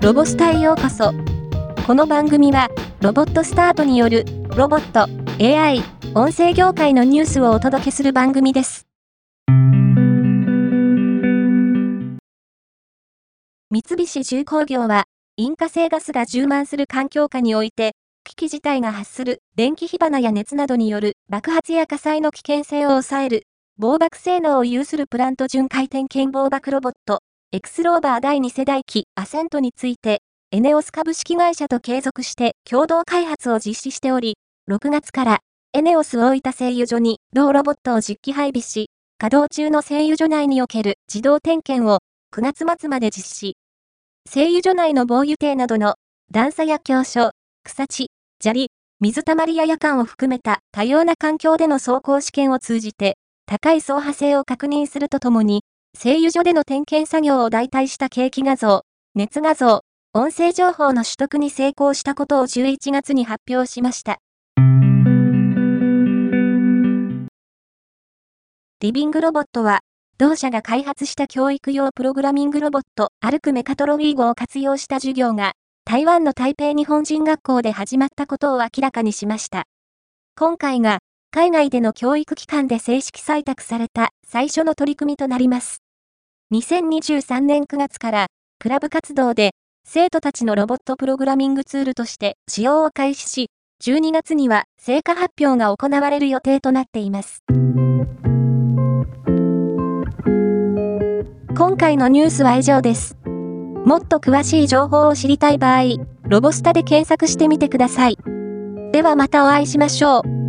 ロボスタへようこそ。この番組は、ロボットスタートによる、ロボット、AI、音声業界のニュースをお届けする番組です。三菱重工業は、引火性ガスが充満する環境下において、機器自体が発する電気火花や熱などによる爆発や火災の危険性を抑える、防爆性能を有するプラント巡回点検防爆ロボット、エクスローバー第2世代機アセントについて、エネオス株式会社と継続して共同開発を実施しており、6月からエネオス大分製油所に同ロボットを実機配備し、稼働中の製油所内における自動点検を9月末まで実施。製油所内の防油堤などの段差や狭所、草地、砂利、水たまりや夜間を含めた多様な環境での走行試験を通じて、高い走破性を確認するとともに、製油所での点検作業を代替した計器画像、熱画像、音声情報の取得に成功したことを11月に発表しました。リビングロボットは、同社が開発した教育用プログラミングロボット、歩くメカトロウィーゴを活用した授業が、台湾の台北日本人学校で始まったことを明らかにしました。今回が、海外での教育機関で正式採択された最初の取り組みとなります。2023年9月からクラブ活動で生徒たちのロボットプログラミングツールとして使用を開始し、12月には成果発表が行われる予定となっています。今回のニュースは以上です。もっと詳しい情報を知りたい場合、ロボスタで検索してみてください。ではまたお会いしましょう。